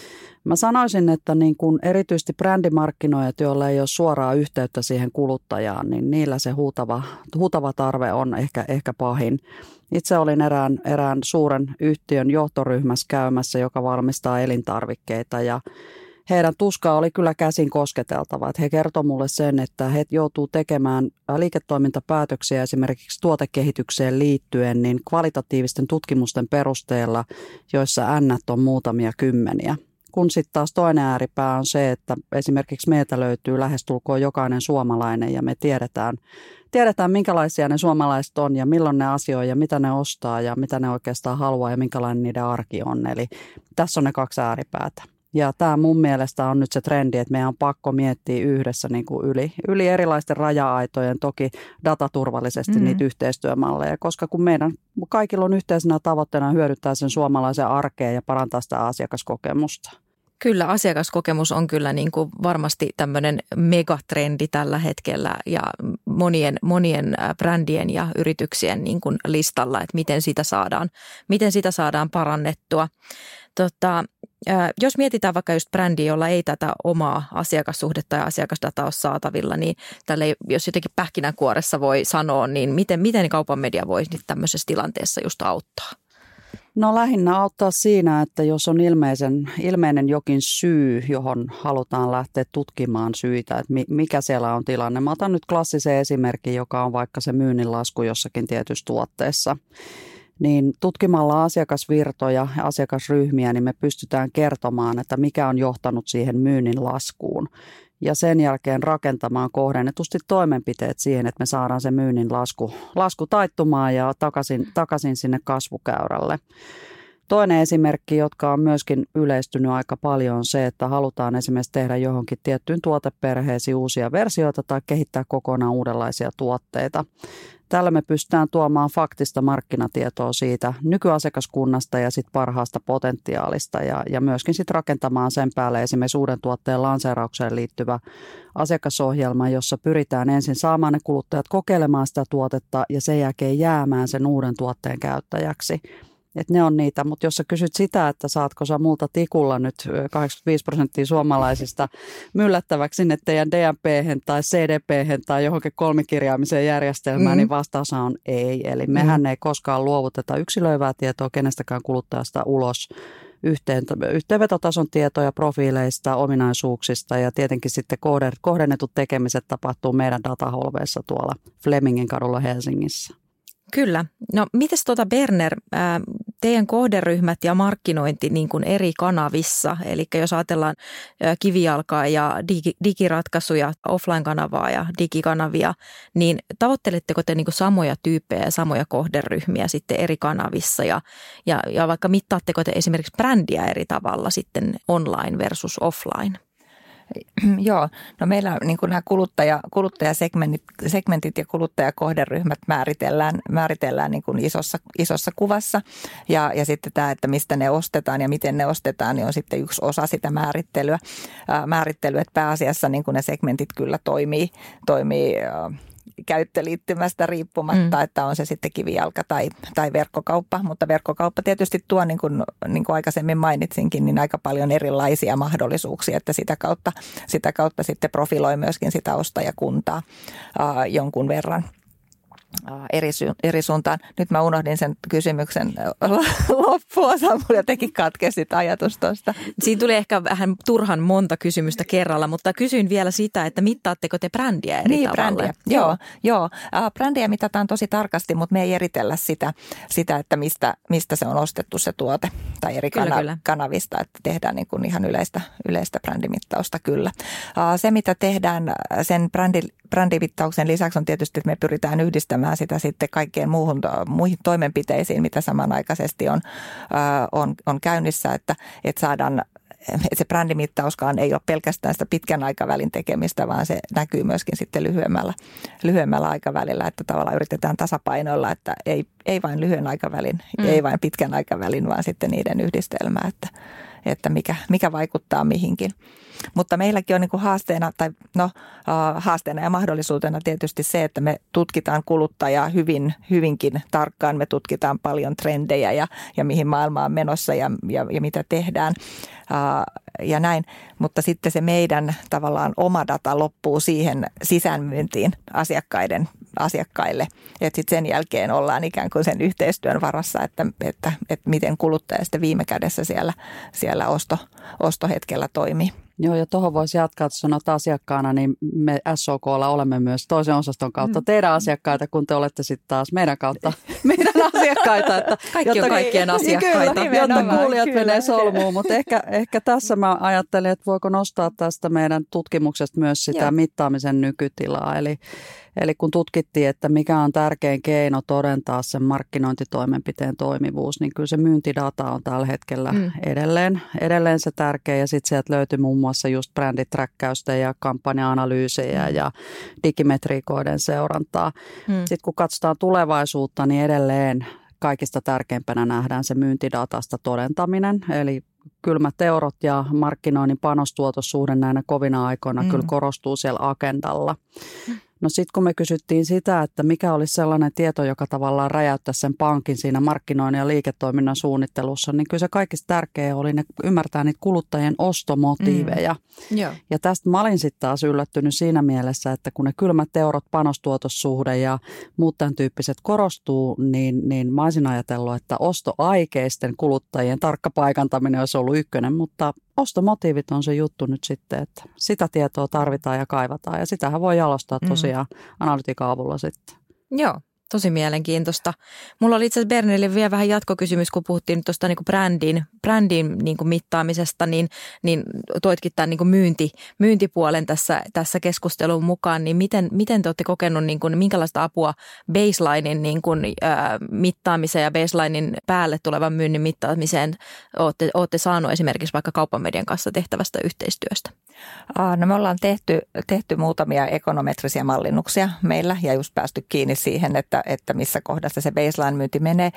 Mä sanoisin, että niin kun erityisesti brändimarkkinoijat, joilla ei ole suoraa yhteyttä siihen kuluttajaan, niin niillä se huutava, huutava tarve on ehkä, ehkä pahin. Itse olin erään, erään suuren yhtiön johtoryhmässä käymässä, joka valmistaa elintarvikkeita ja heidän tuskaa oli kyllä käsin kosketeltava. Että he kertoi mulle sen, että he joutuu tekemään liiketoimintapäätöksiä esimerkiksi tuotekehitykseen liittyen niin kvalitatiivisten tutkimusten perusteella, joissa N:t on muutamia kymmeniä. Kun sitten taas toinen ääripää on se, että esimerkiksi meiltä löytyy lähestulkoon jokainen suomalainen ja me tiedetään, tiedetään minkälaisia ne suomalaiset on ja milloin ne asioi ja mitä ne ostaa ja mitä ne oikeastaan haluaa ja minkälainen niiden arki on. Eli tässä on ne kaksi ääripäätä. Ja tämä mun mielestä on nyt se trendi, että meidän on pakko miettiä yhdessä niin kuin yli, yli erilaisten raja-aitojen, toki dataturvallisesti mm-hmm. niitä yhteistyömalleja, koska kun meidän kaikilla on yhteisenä tavoitteena hyödyttää sen suomalaisen arkeen ja parantaa sitä asiakaskokemusta. Kyllä, asiakaskokemus on kyllä niin kuin varmasti tämmöinen megatrendi tällä hetkellä ja monien, monien brändien ja yrityksien niin kuin listalla, että miten sitä saadaan, miten sitä saadaan parannettua. Tota, jos mietitään vaikka just brändiä, jolla ei tätä omaa asiakassuhdetta ja asiakasdataa ole saatavilla, niin tälle, jos jotenkin pähkinänkuoressa voi sanoa, niin miten, miten kaupan media voi tämmöisessä tilanteessa just auttaa? No lähinnä auttaa siinä, että jos on ilmeisen, ilmeinen jokin syy, johon halutaan lähteä tutkimaan syitä, että mikä siellä on tilanne. Mä otan nyt klassisen esimerkin, joka on vaikka se myynnin lasku jossakin tietyssä tuotteessa. Niin tutkimalla asiakasvirtoja ja asiakasryhmiä, niin me pystytään kertomaan, että mikä on johtanut siihen myynnin laskuun. Ja sen jälkeen rakentamaan kohdennetusti toimenpiteet siihen, että me saadaan se myynnin lasku, lasku taittumaan ja takaisin, takaisin sinne kasvukäyrälle. Toinen esimerkki, jotka on myöskin yleistynyt aika paljon, on se, että halutaan esimerkiksi tehdä johonkin tiettyyn tuoteperheeseen uusia versioita tai kehittää kokonaan uudenlaisia tuotteita. Tällä me pystytään tuomaan faktista markkinatietoa siitä nykyasiakaskunnasta ja sit parhaasta potentiaalista ja, ja myöskin sit rakentamaan sen päälle esimerkiksi uuden tuotteen lanseeraukseen liittyvä asiakasohjelma, jossa pyritään ensin saamaan ne kuluttajat kokeilemaan sitä tuotetta ja sen jälkeen jäämään sen uuden tuotteen käyttäjäksi. Että ne on niitä, mutta jos sä kysyt sitä, että saatko sä multa tikulla nyt kahdeksankymmentäviisi prosenttia suomalaisista myllättäväksi sinne teidän D M P:hen tai C D P:hen tai johonkin kolmikirjaamiseen järjestelmään, mm-hmm. niin vastaus on ei. Eli mehän mm-hmm. ei koskaan luovuteta yksilöivää tietoa kenestäkään kuluttajasta ulos. Yhteen, yhteenvetotason tietoja profiileista, ominaisuuksista ja tietenkin sitten kohdennetut tekemiset tapahtuu meidän dataholveissa tuolla Flemingin kadulla Helsingissä. Kyllä. No mites tuota Berner, ää, teidän kohderyhmät ja markkinointi niin kuin eri kanavissa, eli jos ajatellaan ää, kivijalkaa ja digi, digiratkaisuja, offline-kanavaa ja digikanavia, niin tavoitteletteko te niin kuin samoja tyyppejä ja samoja kohderyhmiä sitten eri kanavissa ja, ja, ja vaikka mittaatteko te esimerkiksi brändiä eri tavalla sitten online versus offline? Joo, no meillä niin kuin nämä kuluttaja, kuluttajasegmentit segmentit ja kuluttajakohderyhmät määritellään, määritellään niin kuin isossa, isossa kuvassa ja, ja sitten tämä, että mistä ne ostetaan ja miten ne ostetaan, niin on sitten yksi osa sitä määrittelyä. Ää, määrittelyä, että pääasiassa niin kuin ne segmentit kyllä toimii, toimii ää, käyttöliittymästä riippumatta, mm. että on se sitten kivijalka tai, tai verkkokauppa, mutta verkkokauppa tietysti tuo, niin kuin, niin kuin aikaisemmin mainitsinkin, niin aika paljon erilaisia mahdollisuuksia, että sitä kautta, sitä kautta sitten profiloi myöskin sitä ostajakuntaa ää, jonkun verran. Eri, sy- eri suuntaan. Nyt mä unohdin sen kysymyksen loppuosa, mulla jotenkin katkesi ajatus tuosta. Siinä tuli ehkä vähän turhan monta kysymystä kerralla, mutta kysyin vielä sitä, että mittaatteko te brändiä eri niin, tavalla? Brändiä. Joo, joo. Äh, brändiä mitataan tosi tarkasti, mutta me ei eritellä sitä, sitä että mistä, mistä se on ostettu se tuote tai eri kyllä, kana- kyllä. kanavista, että tehdään niin kuin ihan yleistä, yleistä brändimittausta kyllä. Äh, se, mitä tehdään sen brändi, brändimittauksen lisäksi on tietysti, että me pyritään yhdistämään sitä sitten kaikkeen muuhun, muihin toimenpiteisiin, mitä samanaikaisesti on, on, on käynnissä, että, että saadaan, että se brändimittauskaan ei ole pelkästään sitä pitkän aikavälin tekemistä, vaan se näkyy myöskin sitten lyhyemmällä, lyhyemmällä aikavälillä, että tavallaan yritetään tasapainoilla, että ei, ei vain lyhyen aikavälin, mm. ei vain pitkän aikavälin, vaan sitten niiden yhdistelmää, että, että mikä, mikä vaikuttaa mihinkin. Mutta meilläkin on niin kuin haasteena, tai no, haasteena ja mahdollisuutena tietysti se, että me tutkitaan kuluttajaa hyvin, hyvinkin tarkkaan. Me tutkitaan paljon trendejä ja, ja mihin maailma on menossa ja, ja, ja mitä tehdään ja näin. Mutta sitten se meidän tavallaan oma data loppuu siihen sisäänmyyntiin asiakkaiden, asiakkaille. Että sitten sen jälkeen ollaan ikään kuin sen yhteistyön varassa, että, että, että miten kuluttaja sitten viime kädessä siellä, siellä osto, ostohetkellä toimii. Joo, ja tuohon voisi jatkaa, että sanot asiakkaana, niin me S O K:lla olemme myös toisen osaston kautta teidän asiakkaita, kun te olette sitten taas meidän kautta meidän asiakkaita. Että, Kaikki jotta, on kaikkien asiakkaita. Kyllä, jotta kuulijat kyllä. menee solmuun, mutta ehkä, ehkä tässä mä ajattelin, että voiko nostaa tästä meidän tutkimuksesta myös sitä Joo. mittaamisen nykytilaa. Eli, eli kun tutkittiin, että mikä on tärkein keino todentaa sen markkinointitoimenpiteen toimivuus, niin kyllä se myyntidata on tällä hetkellä mm. edelleen, edelleen se tärkeä. Ja sitten sieltä löytyy muun muassa just bränditräkkäystä ja kampanja-analyysejä mm. ja digimetriikoiden seurantaa. Mm. Sitten kun katsotaan tulevaisuutta, niin edelleen kaikista tärkeimpänä nähdään se myyntidatasta todentaminen, eli kylmät eurot ja markkinoinnin panostuotossuhde näinä kovina aikoina mm. kyllä korostuu siellä agendalla. Mm. No sitten kun me kysyttiin sitä, että mikä olisi sellainen tieto, joka tavallaan räjäyttäisi sen pankin siinä markkinoinnin ja liiketoiminnan suunnittelussa, niin kyllä se kaikista tärkeä oli ne ymmärtää niitä kuluttajien ostomotiiveja. Mm. Yeah. Ja tästä mä olin sitten taas yllättynyt siinä mielessä, että kun ne kylmät eurot, panostuotossuhde ja muut tämän tyyppiset korostuu, niin, niin mä olisin ajatellut, että ostoaikeisten kuluttajien tarkka paikantaminen olisi ollut ykkönen, mutta ostomotiivit on se juttu nyt sitten, että sitä tietoa tarvitaan ja kaivataan ja sitähän voi jalostaa tosiaan mm. analytiikan avulla sitten. Joo, tosi mielenkiintoista. Mulla oli itse asiassa Bernille vielä vähän jatkokysymys, kun puhuttiin nyt tuosta niinku brändin, brändin niinku mittaamisesta, niin, niin toitkin tämän niinku myynti, myyntipuolen tässä, tässä keskustelun mukaan, niin miten, miten te olette kokenut, niinku, minkälaista apua baselinein niinku, ää, mittaamiseen ja baselinein päälle tulevan myynnin mittaamiseen olette, olette saanut esimerkiksi vaikka kauppamedian kanssa tehtävästä yhteistyöstä? No me ollaan tehty, tehty muutamia ekonometrisiä mallinnuksia meillä ja just päästy kiinni siihen, että, että missä kohdassa se baseline-myynti menee.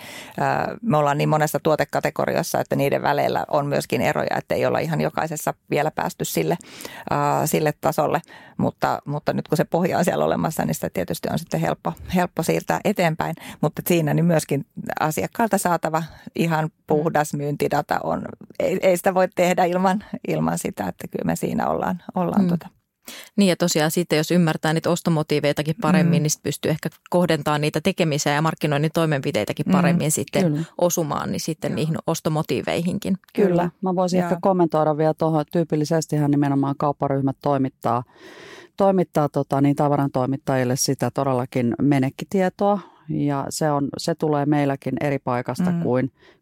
Me ollaan niin monessa tuotekategoriassa, että niiden väleillä on myöskin eroja, että ei olla ihan jokaisessa vielä päästy sille, sille tasolle, mutta, mutta nyt kun se pohja on siellä olemassa, niin sitä tietysti on sitten helppo, helppo siirtää eteenpäin, mutta siinä niin myöskin asiakkaalta saatava ihan puhdas myyntidata on, ei, ei sitä voi tehdä ilman, ilman sitä, että kyllä me siinä ollaan. ollaan mm. tota. Niin ja tosiaan sitten, jos ymmärtää niitä ostomotiiveitakin paremmin, mm. niin sitten pystyy ehkä kohdentamaan niitä tekemisiä ja markkinoinnin toimenpiteitäkin paremmin mm. sitten Kyllä. osumaan niin sitten Joo. niihin ostomotiiveihinkin. Kyllä. Kyllä. Mä voisin Joo. ehkä kommentoida vielä tuohon, tyypillisestihän nimenomaan kaupparyhmät toimittaa, toimittaa tota, niin tavaran toimittajille sitä todellakin menekkitietoa. Ja se, on, se tulee meilläkin eri paikasta mm. kuin,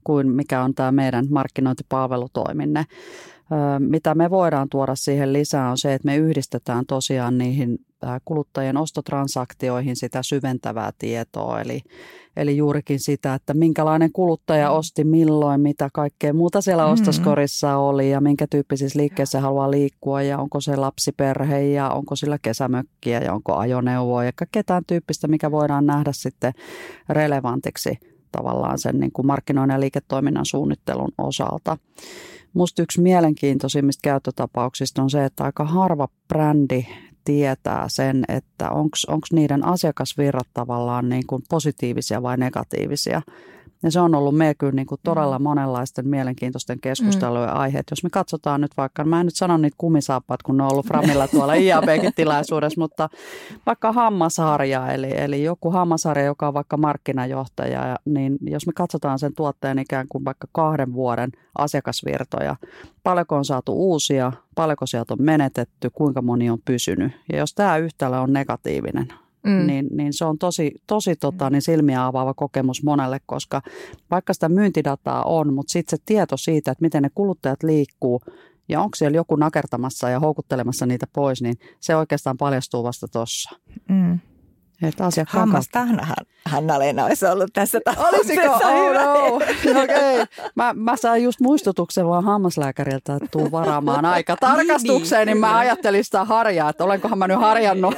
kuin mikä on tämä meidän markkinointipalvelutoiminne. Mitä me voidaan tuoda siihen lisää on se, että me yhdistetään tosiaan niihin kuluttajien ostotransaktioihin sitä syventävää tietoa, eli, eli juurikin sitä, että minkälainen kuluttaja osti milloin, mitä kaikkea muuta siellä mm-hmm. ostoskorissa oli ja minkä tyyppisissä liikkeissä haluaa liikkua ja onko se lapsiperhe ja onko sillä kesämökkiä ja onko ajoneuvoa ja ketään tyyppistä, mikä voidaan nähdä sitten relevantiksi tavallaan sen niin kuin markkinoinnin ja liiketoiminnan suunnittelun osalta. Musta yksi mielenkiintoisimmista käyttötapauksista on se, että aika harva brändi tietää sen, että onko niiden asiakasvirrat tavallaan niin kuin positiivisia vai negatiivisia. Ja se on ollut meillä kyllä niin kuin todella monenlaisten mielenkiintoisten keskustelujen mm. aiheet. Jos me katsotaan nyt vaikka, mä en nyt sano niitä kumisaappaat, kun ne on ollut Framilla tuolla I A B-tilaisuudessa, mutta vaikka hammasharja, eli, eli joku hammasharja, joka on vaikka markkinajohtaja, niin jos me katsotaan sen tuotteen ikään kuin vaikka kahden vuoden asiakasvirtoja, paljonko on saatu uusia, paljonko sieltä on menetetty, kuinka moni on pysynyt. Ja jos tämä yhtälö on negatiivinen, Mm. Niin, niin se on tosi, tosi tota, niin silmiä avaava kokemus monelle, koska vaikka sitä myyntidataa on, mutta sitten se tieto siitä, että miten ne kuluttajat liikkuu ja onko siellä joku nakertamassa ja houkuttelemassa niitä pois, niin se oikeastaan paljastuu vasta tuossa. Mm. Hammastahnahan Hanna-Leena olisi ollut tässä tapauksessa. Olisiko? Oh no. Okei. Okay. Mä, mä sain just muistutuksen vaan hammaslääkäriltä, että tuu varaamaan aika tarkastukseen, niin, niin mä ajattelin sitä harjaa, että olenkohan mä nyt harjannut.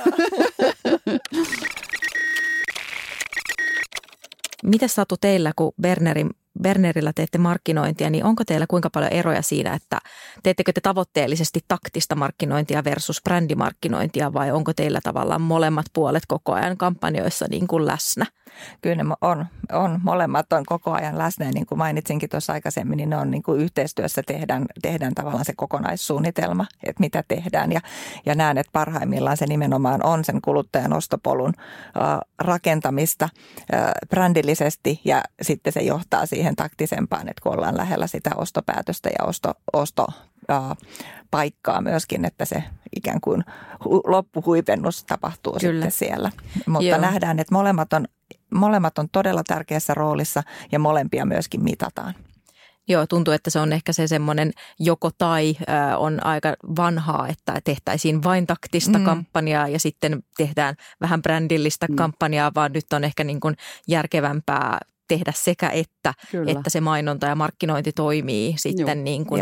Mites Satu teillä, kun Bernerin, Bernerillä teette markkinointia, niin onko teillä kuinka paljon eroja siinä, että teettekö te tavoitteellisesti taktista markkinointia versus brändimarkkinointia vai onko teillä tavallaan molemmat puolet koko ajan kampanjoissa niin kuin läsnä? Kyllä ne on, on. Molemmat on koko ajan läsnä ja niin kuin mainitsinkin tuossa aikaisemmin, niin ne on niin kuin yhteistyössä tehdään, tehdään tavallaan se kokonaissuunnitelma, että mitä tehdään ja, ja näen, että parhaimmillaan se nimenomaan on sen kuluttajan ostopolun äh, rakentamista äh, brändillisesti ja sitten se johtaa siihen taktisempaan, että kun ollaan lähellä sitä ostopäätöstä ja osto, osto äh, paikkaa myöskin, että se ikään kuin hu- loppuhuipennus tapahtuu Kyllä. sitten siellä. Mutta Joo. nähdään, että molemmat on, molemmat on todella tärkeässä roolissa ja molempia myöskin mitataan. Joo, tuntuu, että se on ehkä se semmoinen joko tai äh, on aika vanhaa, että tehtäisiin vain taktista mm. kampanjaa ja sitten tehdään vähän brändillistä mm. kampanjaa, vaan nyt on ehkä niin kuin järkevämpää tehdä sekä että, että se mainonta ja markkinointi toimii sitten Joo. niin kuin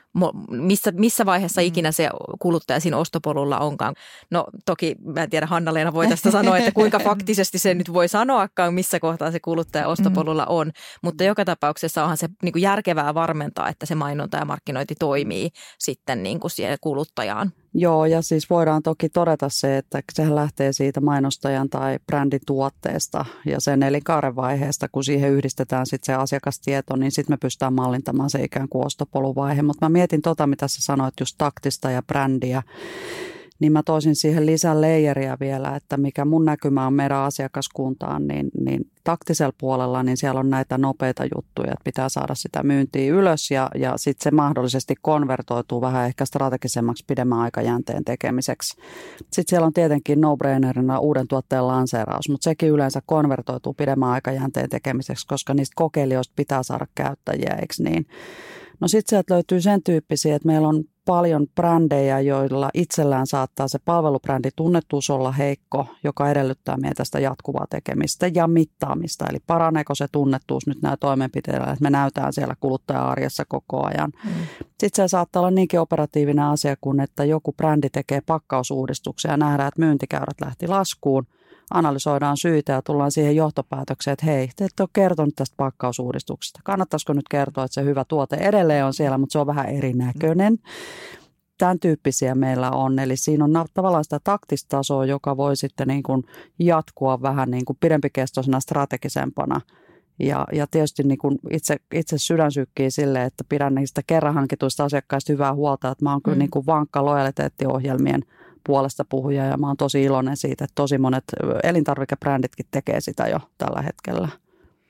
missä, missä vaiheessa ikinä se kuluttaja siinä ostopolulla onkaan. No toki mä en tiedä, Hanna-Leena voi tästä sanoa, että kuinka faktisesti se nyt voi sanoakaan, missä kohtaa se kuluttaja ostopolulla on, mutta joka tapauksessa onhan se niin kuin järkevää varmentaa, että se mainonta ja markkinointi toimii sitten niin kuin siellä kuluttajaan. Joo, ja siis voidaan toki todeta se, että sehän lähtee siitä mainostajan tai brändituotteesta ja sen elinkaaren vaiheesta, kun siihen yhdistetään sitten se asiakastieto, niin sitten me pystytään mallintamaan se ikään kuin ostopoluvaihe. Mutta mä mietin tota, mitä sä sanoit, just taktista ja brändiä, niin mä toisin siihen lisää leijeriä vielä, että mikä mun näkymä on meidän asiakaskuntaan, niin, niin taktisella puolella, niin siellä on näitä nopeita juttuja, että pitää saada sitä myyntiä ylös ja, ja sitten se mahdollisesti konvertoituu vähän ehkä strategisemmaksi pidemmän aikajänteen tekemiseksi. Sitten siellä on tietenkin no-brainerina uuden tuotteen lanseeraus, mutta sekin yleensä konvertoituu pidemmän aikajänteen tekemiseksi, koska niistä kokeilijoista pitää saada käyttäjiä, eikö niin? No sitten sieltä löytyy sen tyyppisiä, että meillä on paljon brändejä, joilla itsellään saattaa se palvelubrändi tunnettuus olla heikko, joka edellyttää meiltä sitä jatkuvaa tekemistä ja mittaamista. Eli paraneeko se tunnettuus nyt nämä toimenpiteillä, että me näytään siellä kuluttaja-arjessa koko ajan. Mm. Sitten se saattaa olla niinkin operatiivinen asia kuin, että joku brändi tekee pakkausuudistuksia ja nähdään, että myyntikäyrät lähti laskuun. Analysoidaan syitä ja tullaan siihen johtopäätökseen, että hei, te ette ole kertonut tästä pakkausuudistuksesta. Kannattaisiko nyt kertoa, että se hyvä tuote edelleen on siellä, mutta se on vähän erinäköinen. Tämän tyyppisiä meillä on, eli siinä on tavallaan sitä taktista tasoa, joka voi sitten niin kuin jatkua vähän niin kuin pidempikestoisena strategisempana. Ja, ja tietysti niin kuin itse, itse sydän sykkii silleen, että pidän niistä kerran hankituista asiakkaista hyvää huolta, että mä oon kyllä mm. niin kuin vankka lojaliteettiohjelmien puolesta puhuja ja mä oon tosi iloinen siitä, että tosi monet elintarvikebränditkin tekee sitä jo tällä hetkellä.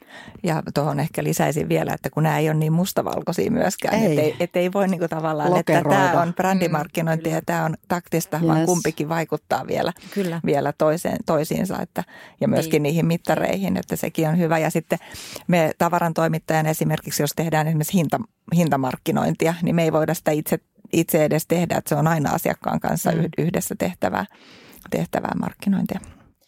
Ja tuohon ehkä lisäisin vielä, että kun nämä ei ole niin mustavalkoisia myöskään, ei. Että ei, et ei voi niinku tavallaan, Lokeroida. että tämä on brändimarkkinointia mm, ja tämä on taktista, yes. vaan kumpikin vaikuttaa vielä, Kyllä. vielä toiseen, toisiinsa että, ja myöskin niin. niihin mittareihin, että sekin on hyvä. Ja sitten me tavarantoimittajan esimerkiksi, jos tehdään esimerkiksi hinta, hintamarkkinointia, niin me ei voida sitä itse, itse edes tehdä, että se on aina asiakkaan kanssa mm. yhdessä tehtävää, tehtävää markkinointia.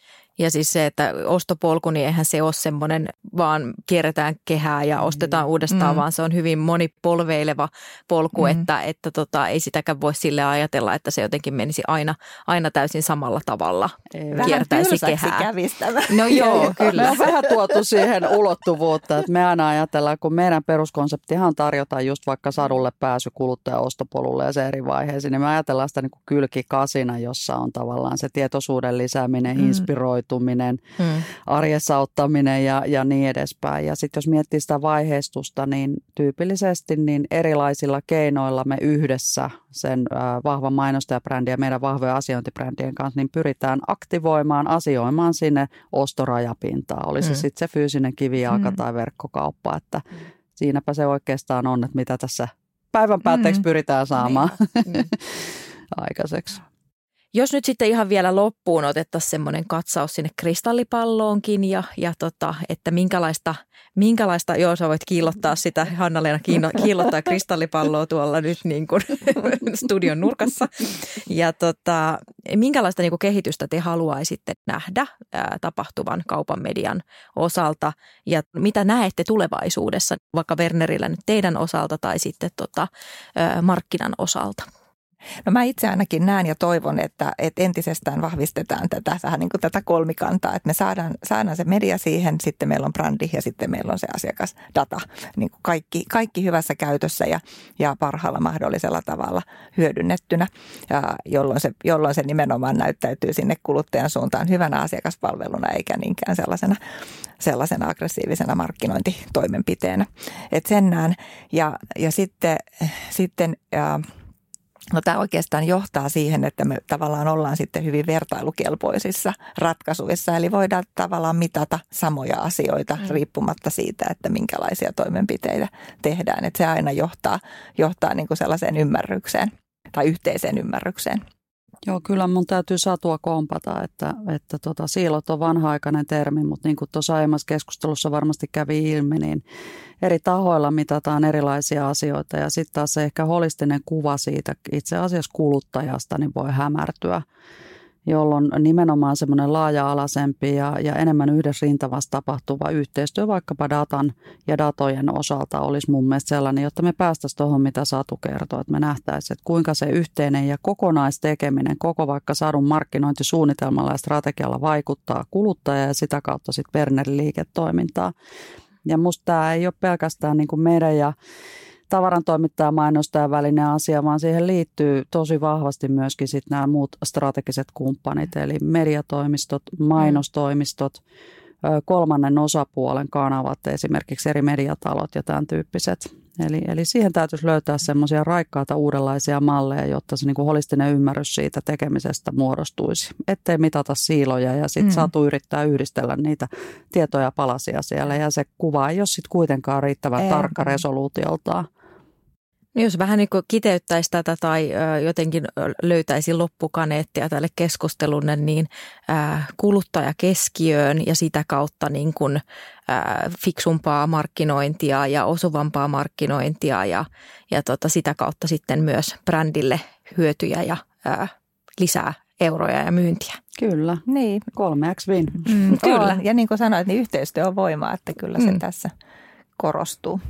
Ja siis se, että ostopolku, niin eihän se ole semmoinen, vaan kierretään kehää ja ostetaan mm. uudestaan, mm. vaan se on hyvin monipolveileva polku, mm. että, että tota, ei sitäkään voi sille ajatella, että se jotenkin menisi aina, aina täysin samalla tavalla. Ei. Kiertäisi kehää. Kävistävä. No joo, kyllä. Me on vähän tuotu siihen ulottuvuutta, että me aina ajatellaan, kun meidän peruskonseptihan tarjotaan just vaikka sadulle pääsy kuluttajan ostopolulle ja se eri vaiheisiin, niin me ajatellaan sitä niin kuin kylkikasina, jossa on tavallaan se tietoisuuden lisääminen, mm. inspiroitu, Hmm. arjessa ottaminen ja, ja niin edespäin. Ja sitten jos miettii sitä vaiheistusta, niin tyypillisesti niin erilaisilla keinoilla me yhdessä sen äh, vahvan mainostajabrändin ja meidän vahvojen asiointibrändien kanssa niin pyritään aktivoimaan, asioimaan sinne ostorajapintaa. Oli se hmm. sitten se fyysinen kivijalka hmm. tai verkkokauppa, että hmm. siinäpä se oikeastaan on, että mitä tässä päivän päätteeksi hmm. pyritään saamaan hmm. aikaiseksi. Jos nyt sitten ihan vielä loppuun otettaisiin semmoinen katsaus sinne kristallipalloonkin ja, ja tota, että minkälaista, minkälaista, joo sä voit kiillottaa sitä, Hanna-Leena kiinno, kiillottaa kristallipalloa tuolla nyt niin kuin studion nurkassa. Ja tota, minkälaista niin kuin kehitystä te haluaisitte nähdä ää, tapahtuvan kaupan median osalta ja mitä näette tulevaisuudessa, vaikka Bernerillä nyt teidän osalta tai sitten tota, ää, markkinan osalta? No mä itse ainakin näen ja toivon, että, että entisestään vahvistetaan tätä, vähän niin kuin tätä kolmikantaa, että me saadaan, saadaan se media siihen, sitten meillä on brändi ja sitten meillä on se asiakasdata, niin kuin kaikki, kaikki hyvässä käytössä ja, ja parhaalla mahdollisella tavalla hyödynnettynä, ja jolloin, se, jolloin se nimenomaan näyttäytyy sinne kuluttajan suuntaan hyvänä asiakaspalveluna eikä niinkään sellaisena, sellaisena aggressiivisena markkinointitoimenpiteenä. Että sen näen ja, ja sitten, sitten ja no tämä oikeastaan johtaa siihen, että me tavallaan ollaan sitten hyvin vertailukelpoisissa ratkaisuissa, eli voidaan tavallaan mitata samoja asioita mm. riippumatta siitä, että minkälaisia toimenpiteitä tehdään. Että se aina johtaa, johtaa niin kuin sellaiseen ymmärrykseen tai yhteiseen ymmärrykseen. Joo, kyllä mun täytyy Satua kompata, että, että tota, siilot on vanha-aikainen termi, mutta niin kuin tuossa aiemmassa keskustelussa varmasti kävi ilmi, niin eri tahoilla mitataan erilaisia asioita ja sitten taas se ehkä holistinen kuva siitä itse asiassa kuluttajasta niin voi hämärtyä, jolloin nimenomaan semmoinen laaja-alaisempi ja, ja enemmän yhdessä rintamassa tapahtuva yhteistyö vaikkapa datan ja datojen osalta olisi mun mielestä sellainen, jotta me päästäisiin tuohon, mitä Satu kertoo, että me nähtäisiin, että kuinka se yhteinen ja kokonaistekeminen koko vaikka sadun markkinointisuunnitelmalla ja strategialla vaikuttaa kuluttajaa ja sitä kautta sitten Bernerin liiketoimintaa. Ja musta tämä ei ole pelkästään niin kuin meidän ja tavarantoimittaja mainostajan välinen asia, vaan siihen liittyy tosi vahvasti myöskin sit nämä muut strategiset kumppanit, eli mediatoimistot, mainostoimistot, kolmannen osapuolen kanavat, esimerkiksi eri mediatalot ja tämän tyyppiset. Eli, eli siihen täytyisi löytää semmoisia raikkaita uudenlaisia malleja, jotta se niinku holistinen ymmärrys siitä tekemisestä muodostuisi. Ettei mitata siiloja ja sitten mm. Satu yrittää yhdistellä niitä tietoja palasia siellä ja se kuva ei ole sitten kuitenkaan riittävän ei. tarkka resoluutioltaan. Jos vähän niin kuin kiteyttäisi tätä tai jotenkin löytäisi loppukaneettia tälle keskustelulle, niin kuluttaja keskiöön ja sitä kautta niin kuin fiksumpaa markkinointia ja osuvampaa markkinointia ja, ja tota sitä kautta sitten myös brändille hyötyjä ja lisää euroja ja myyntiä. Kyllä, niin. kolme x win. Mm, kyllä, ja niin kuin sanoit, niin yhteistyö on voimaa, että kyllä se mm. tässä korostuu.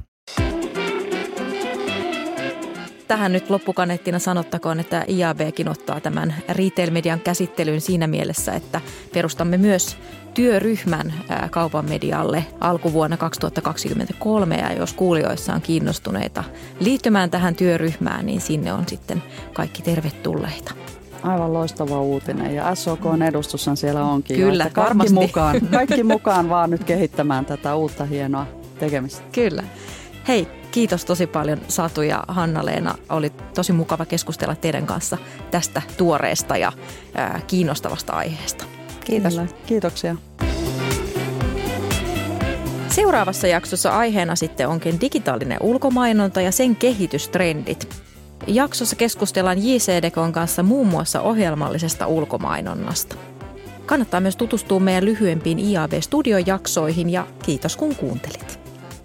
Tähän nyt loppukaneettina sanottakoon, että I A B:kin ottaa tämän retail-median käsittelyyn siinä mielessä, että perustamme myös työryhmän kaupan medialle alkuvuonna kaksituhattakaksikymmentäkolme ja jos kuulijoissa on kiinnostuneita liittymään tähän työryhmään, niin sinne on sitten kaikki tervetulleita. Aivan loistava uutinen ja S O K:n edustushan siellä onkin. Kyllä, jo, kaikki mukaan, kaikki mukaan vaan nyt kehittämään tätä uutta hienoa tekemistä. Kyllä. Hei, kiitos tosi paljon Satu ja Hanna-Leena. Oli tosi mukava keskustella teidän kanssa tästä tuoreesta ja ää, kiinnostavasta aiheesta. Kiitos. Kiitoksia. Seuraavassa jaksossa aiheena sitten onkin digitaalinen ulkomainonta ja sen kehitystrendit. Jaksossa keskustellaan J C Decon kanssa muun muassa ohjelmallisesta ulkomainonnasta. Kannattaa myös tutustua meidän lyhyempiin I A B-studiojaksoihin ja kiitos kun kuuntelit.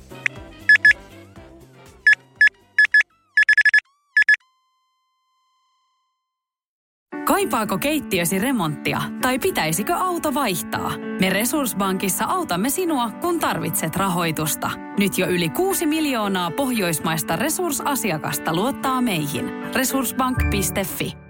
Kaipaako keittiösi remonttia tai pitäisikö auto vaihtaa? Me Resurssbankissa autamme sinua, kun tarvitset rahoitusta. Nyt jo yli kuusi miljoonaa pohjoismaista resursasiakasta luottaa meihin. resurssbank piste fi